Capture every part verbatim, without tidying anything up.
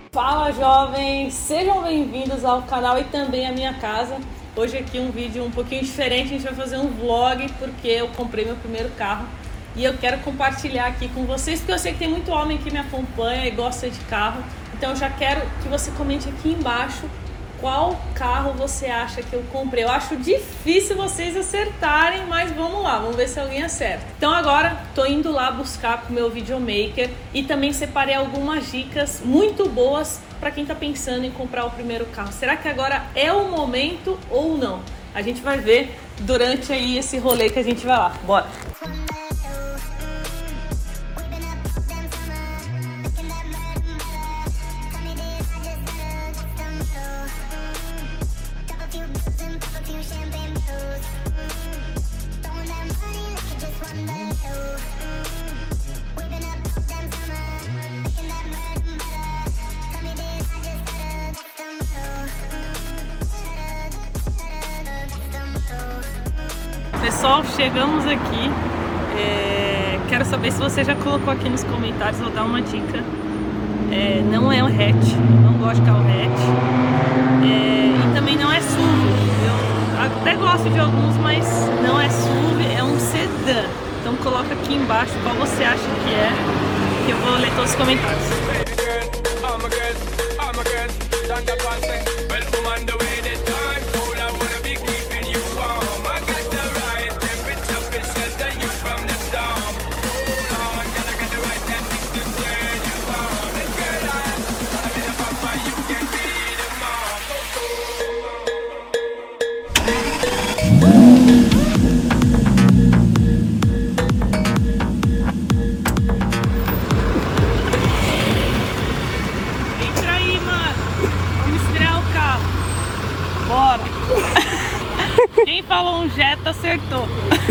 Fala jovens, sejam bem-vindos ao canal e também à minha casa. Hoje aqui um vídeo um pouquinho diferente, a gente vai fazer um vlog porque eu comprei meu primeiro carro e eu quero compartilhar aqui com vocês, porque eu sei que tem muito homem que me acompanha e gosta de carro. Então eu já quero que você comente aqui embaixo qual carro você acha que eu comprei. Eu acho difícil vocês acertarem, mas vamos lá, vamos ver se alguém acerta. Então agora tô indo lá buscar com o meu videomaker e também separei algumas dicas muito boas para quem tá pensando em comprar o primeiro carro. Será que agora é o momento ou não? A gente vai ver durante aí esse rolê que a gente vai lá. Bora! Pessoal, chegamos aqui. É, quero saber se você já colocou aqui nos comentários, vou dar uma dica. É, não é um hatch, não gosto de carro hatch. É, e também não é S U V. Eu até gosto de alguns, mas não é S U V, é um sedã. Então coloca aqui embaixo qual você acha que é, que eu vou ler todos os comentários. Entra aí, mano. Vamos estrear o carro. Bora. Quem falou um Jetta acertou.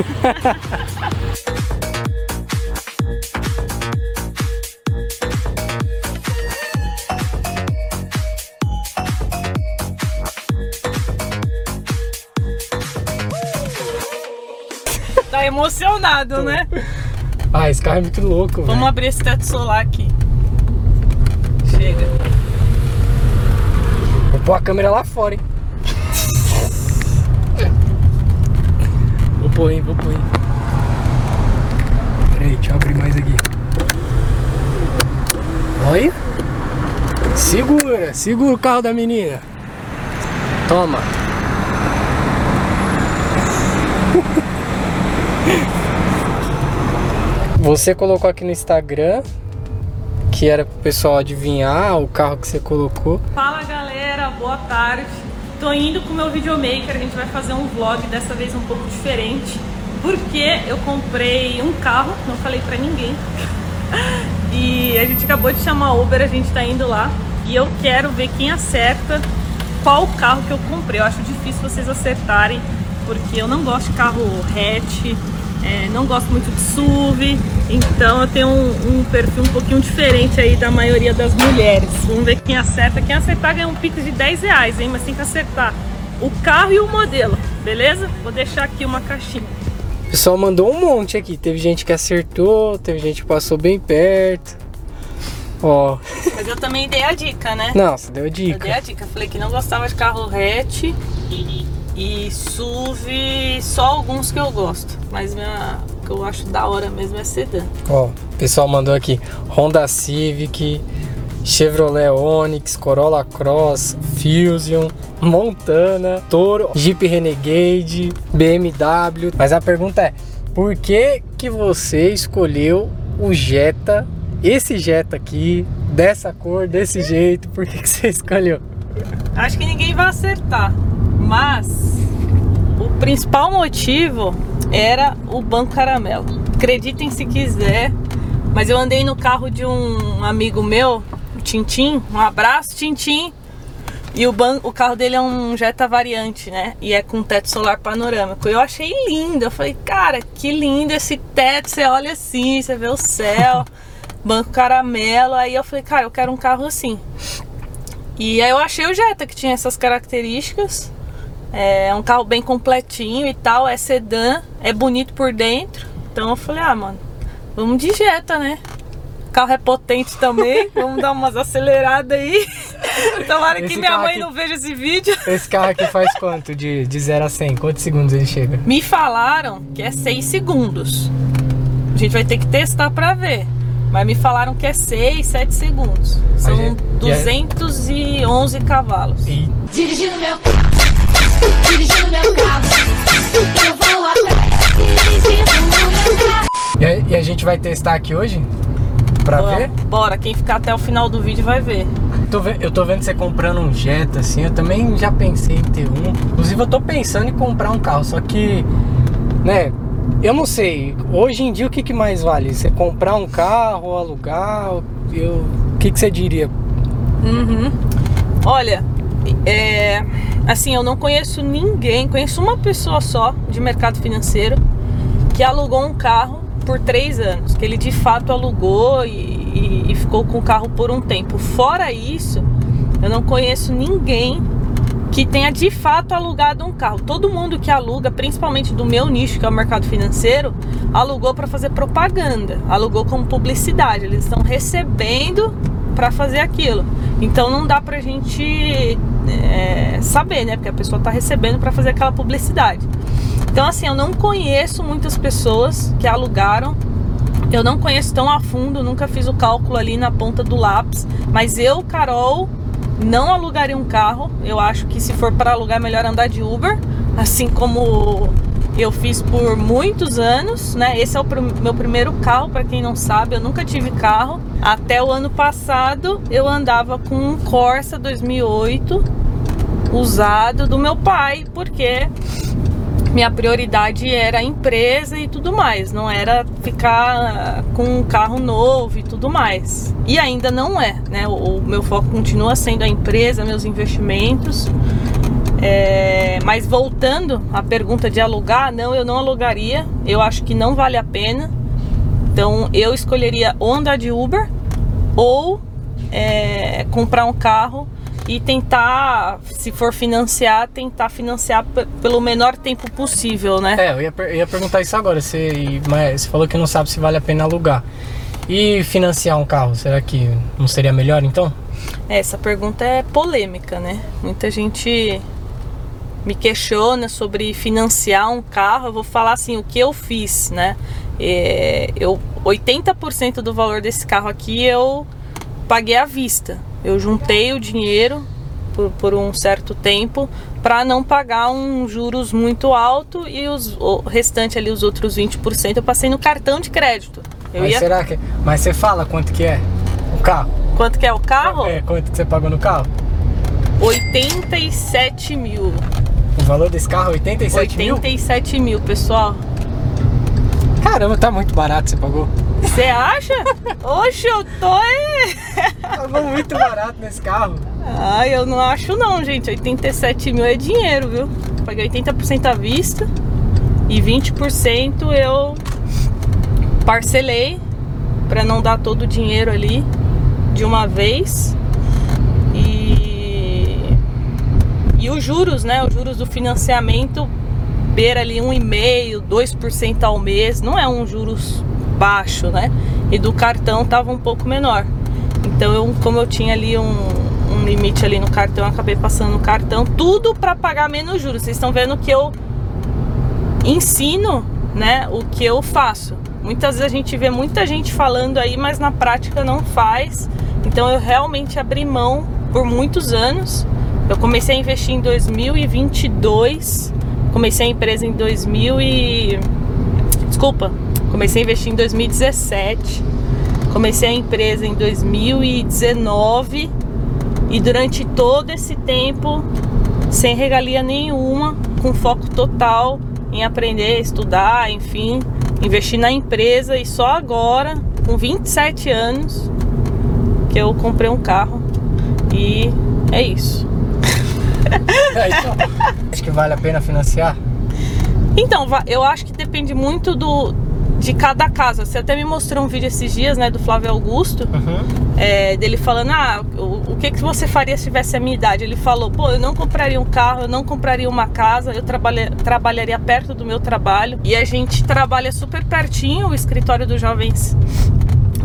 Tá emocionado, Tô. né? Ah, esse carro é muito louco, Vamos véio. abrir esse teto solar aqui. Chega. Vou pôr a câmera lá fora, hein? Vou pôr, hein? Vou pôr, hein? Peraí, deixa eu abrir mais aqui. Olha. Segura, segura o carro da menina. Toma. Você colocou aqui no Instagram que era pro pessoal adivinhar o carro que você colocou. Fala galera, boa tarde. Tô indo com o meu videomaker, a gente vai fazer um vlog dessa vez um pouco diferente, porque eu comprei um carro, não falei pra ninguém. E a gente acabou de chamar Uber, a gente tá indo lá e eu quero ver quem acerta qual carro que eu comprei. Eu acho difícil vocês acertarem, porque eu não gosto de carro hatch. É, não gosto muito de S U V, então eu tenho um, um perfil um pouquinho diferente aí da maioria das mulheres. Vamos ver quem acerta. Quem acertar ganha um pix de dez reais, hein? Mas tem que acertar o carro e o modelo, beleza? Vou deixar aqui uma caixinha. O pessoal mandou um monte aqui. Teve gente que acertou, teve gente que passou bem perto. Ó. Mas eu também dei a dica, né? Não, você deu a dica. Eu dei a dica, falei que não gostava de carro hatch e S U V, só alguns que eu gosto, mas minha, o que eu acho da hora mesmo é sedã. Ó, o pessoal mandou aqui Honda Civic, Chevrolet Onix, Corolla Cross, Fusion, Montana, Toro, Jeep Renegade, B M W. Mas a pergunta é, por que que você escolheu o Jetta, esse Jetta aqui, dessa cor, desse jeito? Por que que você escolheu? Acho que ninguém vai acertar, mas o principal motivo era o banco caramelo. Acreditem se quiser, mas eu andei no carro de um amigo meu, o Tintim, um abraço Tintim, e o, ban o carro dele é um Jetta variante, né? E é com teto solar panorâmico. Eu achei lindo, eu falei, cara, que lindo esse teto, você olha assim, você vê o céu, banco caramelo. Aí eu falei, cara, eu quero um carro assim. E aí eu achei o Jetta que tinha essas características. É um carro bem completinho e tal, é sedã, é bonito por dentro. Então eu falei, ah, mano, vamos de Jetta, né? carro é potente também. Vamos dar umas aceleradas aí. Tomara Esse que minha mãe aqui, não veja esse vídeo. Esse carro aqui faz quanto de, de zero a cem? Quantos segundos ele chega? Me falaram que é seis segundos. A gente vai ter que testar pra ver. Mas me falaram que é seis, sete segundos. São gente, duzentos e onze cavalos. E... Dirigindo meu Dirigindo meu carro, eu vou atrás, dirigindo meu carro. E a, e a gente vai testar aqui hoje? Pra Bora, ver? Bora, quem ficar até o final do vídeo vai ver. Tô ve- eu tô vendo você comprando um Jetta, assim, eu também já pensei em ter um. Inclusive eu tô pensando em comprar um carro, só que, né, eu não sei, hoje em dia o que, que mais vale? Você comprar um carro, alugar, eu, o que, que você diria? Uhum. Olha, é, assim, eu não conheço ninguém, conheço uma pessoa só de mercado financeiro que alugou um carro por três anos, que ele de fato alugou e, e, e ficou com o carro por um tempo. Fora isso, eu não conheço ninguém que tenha de fato alugado um carro. Todo mundo que aluga, principalmente do meu nicho, que é o mercado financeiro, alugou para fazer propaganda, alugou como publicidade. Eles estão recebendo para fazer aquilo. Então não dá pra gente é, saber, né? Porque a pessoa tá recebendo para fazer aquela publicidade. Então assim, eu não conheço muitas pessoas que alugaram. Eu não conheço tão a fundo, nunca fiz o cálculo ali na ponta do lápis. Mas eu, Carol, não alugaria um carro. Eu acho que se for para alugar é melhor andar de Uber, assim como eu fiz por muitos anos, né? Esse é o pr- meu primeiro carro, para quem não sabe, eu nunca tive carro. Até o ano passado eu andava com um Corsa dois mil e oito usado do meu pai, porque minha prioridade era a empresa e tudo mais, não era ficar com um carro novo e tudo mais. E ainda não é, né? O, o meu foco continua sendo a empresa, meus investimentos. É, mas voltando à pergunta de alugar, não, eu não alugaria. Eu acho que não vale a pena. Então eu escolheria ou andar de Uber ou é, comprar um carro e tentar, se for financiar, tentar financiar p- pelo menor tempo possível, né? É, eu ia, per- eu ia perguntar isso agora, você, mas você falou que não sabe se vale a pena alugar. E financiar um carro, será que não seria melhor então? Essa pergunta é polêmica, né? Muita gente me questiona sobre financiar um carro. Eu vou falar assim, o que eu fiz, né? É, eu, oitenta por cento do valor desse carro aqui eu paguei à vista. Eu juntei o dinheiro por, por um certo tempo para não pagar um juros muito alto e os, o restante ali, os outros vinte por cento, eu passei no cartão de crédito. Eu Mas ia... será que... Mas você fala quanto que é o carro? Quanto que é o carro? É, quanto que você pagou no carro? oitenta e sete mil. O valor desse carro é oitenta e sete mil? oitenta e sete mil, pessoal. Caramba, tá muito barato, você pagou. Você acha? Oxe, eu tô... Pagou muito barato nesse carro. Ai, eu não acho não, gente. oitenta e sete mil é dinheiro, viu? Paguei oitenta por cento à vista e vinte por cento eu parcelei para não dar todo o dinheiro ali de uma vez. E e os juros, né? Os juros do financiamento beira ali um vírgula cinco por cento, dois por cento ao mês. Não é um juros baixo, né? E do cartão tava um pouco menor. Então, eu, como eu tinha ali um, um limite ali no cartão, eu acabei passando no cartão, tudo para pagar menos juros. Vocês estão vendo que eu ensino, né, o que eu faço. Muitas vezes a gente vê muita gente falando aí, mas na prática não faz. Então, eu realmente abri mão por muitos anos. Eu comecei a investir em dois mil e vinte e dois, comecei a empresa em dois mil e... Desculpa, comecei a investir em dois mil e dezessete. Comecei a empresa em dois mil e dezenove e durante todo esse tempo, sem regalia nenhuma, com foco total em aprender, estudar, enfim, investir na empresa. E só agora, com vinte e sete anos, que eu comprei um carro. E é isso. É, então, acho que vale a pena financiar? Então, eu acho que depende muito do... de cada caso. Você até me mostrou um vídeo esses dias, né, do Flávio Augusto, Uhum. é, dele falando, ah, o, o que, que você faria se tivesse a minha idade? Ele falou, pô, eu não compraria um carro, eu não compraria uma casa, eu trabalha, trabalharia perto do meu trabalho. E a gente trabalha super pertinho, o escritório dos jovens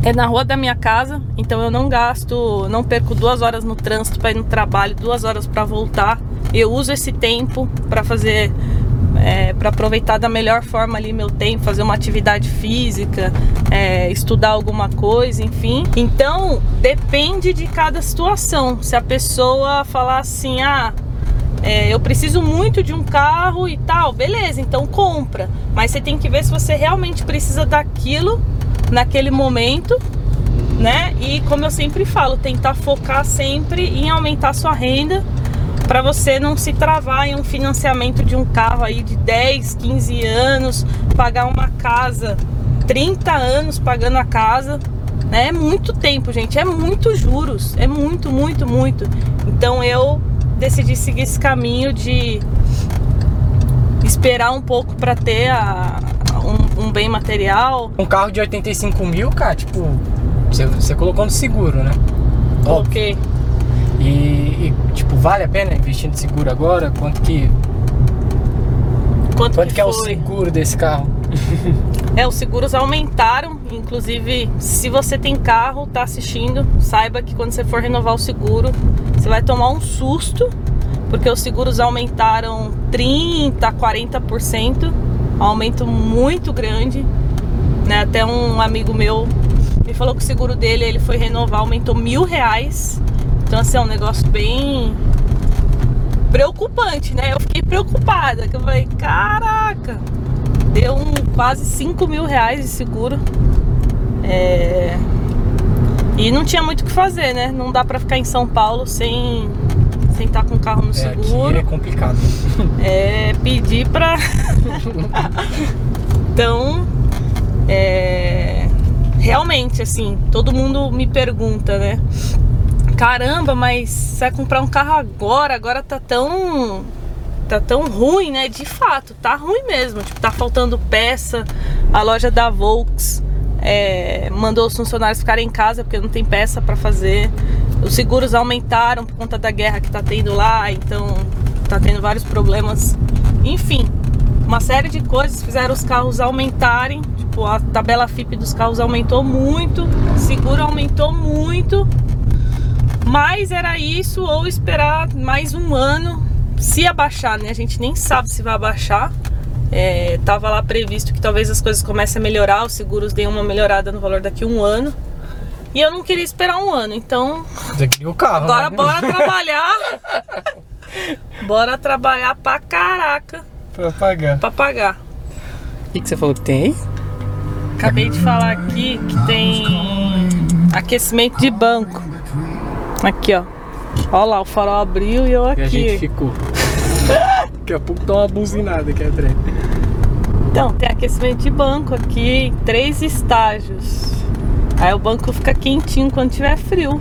é na rua da minha casa, então eu não gasto, não perco duas horas no trânsito para ir no trabalho, duas horas para voltar. Eu uso esse tempo para fazer, é, para aproveitar da melhor forma ali meu tempo, fazer uma atividade física, é, estudar alguma coisa, enfim. Então depende de cada situação. Se a pessoa falar assim, ah, é, eu preciso muito de um carro e tal, beleza, então compra. Mas você tem que ver se você realmente precisa daquilo naquele momento, né? E como eu sempre falo, tentar focar sempre em aumentar sua renda para você não se travar em um financiamento de um carro aí de dez, quinze anos, pagar uma casa, trinta anos pagando a casa, né? É muito tempo, gente, é muito juros, é muito, muito, muito. Então eu decidi seguir esse caminho de esperar um pouco para ter a, um, um bem material. Um carro de oitenta e cinco mil, cara, tipo, você, você colocou no seguro, né? Coloquei. E, e, tipo, vale a pena investir no seguro agora? Quanto que... Quanto, Quanto que, que é foi? o seguro desse carro? É, os seguros aumentaram, inclusive, se você tem carro, tá assistindo, saiba que quando você for renovar o seguro, você vai tomar um susto, porque os seguros aumentaram trinta, quarenta por cento, um aumento muito grande, né? Até um amigo meu me falou que o seguro dele, ele foi renovar, aumentou mil reais. Então assim, é um negócio bem preocupante, né? Eu fiquei preocupada, que eu falei, caraca, deu um, quase cinco mil reais de seguro. É... E não tinha muito o que fazer, né? Não dá pra ficar em São Paulo sem sem estar com o carro no É, seguro. aqui é complicado. É pedir pra... Então, é... realmente, assim, todo mundo me pergunta, né? Caramba, mas você vai comprar um carro agora? Agora tá tão... Tá tão ruim, né? De fato, tá ruim mesmo. Tipo, tá faltando peça. A loja da Volks é, mandou os funcionários ficarem em casa porque não tem peça pra fazer. Os seguros aumentaram por conta da guerra que tá tendo lá. Então tá tendo vários problemas. Enfim, uma série de coisas fizeram os carros aumentarem. Tipo, a tabela F I P dos carros aumentou muito. O seguro aumentou muito. Mas era isso, ou esperar mais um ano, se abaixar, né? A gente nem sabe se vai abaixar. É, tava lá previsto que talvez as coisas comecem a melhorar, os seguros deem uma melhorada no valor daqui a um ano. E eu não queria esperar um ano, então... Você queria o carro, agora né? bora trabalhar. Bora trabalhar pra caraca. Pra pagar. Pra pagar. O que, que você falou que tem aí? Acabei de falar aqui que tem aquecimento de banco. Aqui, ó. Olha lá, o farol abriu e eu aqui. E a gente ficou. Daqui a pouco dá uma buzinada aqui atrás. Então, tem aquecimento de banco aqui em três estágios. Aí o banco fica quentinho quando tiver frio.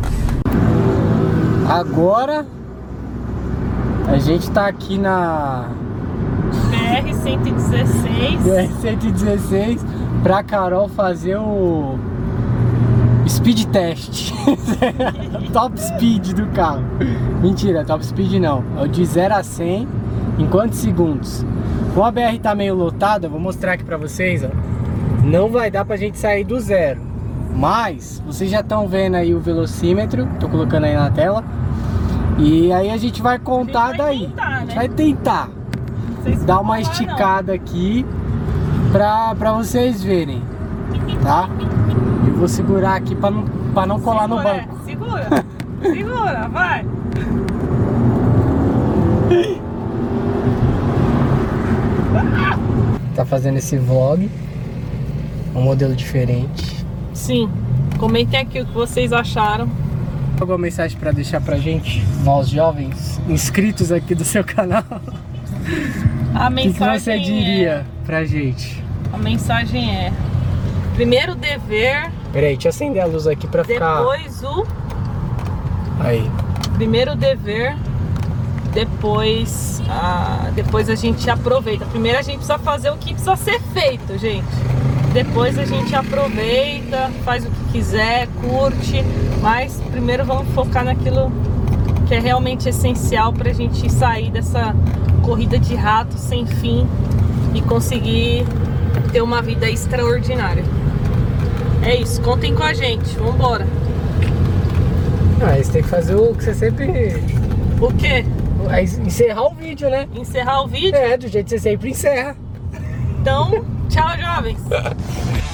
Agora a gente tá aqui na B R cento e dezesseis. B R cento e dezesseis pra Carol fazer o speed test. Top speed do carro. Mentira, top speed não. É o de zero a cem em quantos segundos? Como a B R tá meio lotada, vou mostrar aqui pra vocês, ó. Não vai dar pra gente sair do zero. Mas vocês já estão vendo aí o velocímetro. Tô colocando aí na tela. E aí a gente vai contar a gente vai daí. tentar, A gente né? vai tentar dar uma esticada aqui pra, pra vocês verem, tá? Eu vou segurar aqui pra não, pra não colar Segura, no banco. é, segura, segura, vai. Tá fazendo esse vlog, um modelo diferente. Sim, comentem aqui o que vocês acharam. Alguma mensagem pra deixar pra gente, nós jovens inscritos aqui do seu canal? A O que, que mensagem você diria pra gente? é, a mensagem é: primeiro o dever, Peraí, deixa eu acender a luz aqui pra ficar... depois o Aí. primeiro o dever, depois a, depois a gente aproveita. Primeiro a gente precisa fazer o que precisa ser feito, gente. Depois a gente aproveita, faz o que quiser, curte. Mas primeiro vamos focar naquilo que é realmente essencial pra gente sair dessa corrida de rato sem fim e conseguir ter uma vida extraordinária. É isso, contem com a gente, vambora. Ah, você tem que fazer o que você sempre... O quê? Aí, encerrar o vídeo, né? Encerrar o vídeo? É, do jeito que você sempre encerra. Então, tchau, jovens.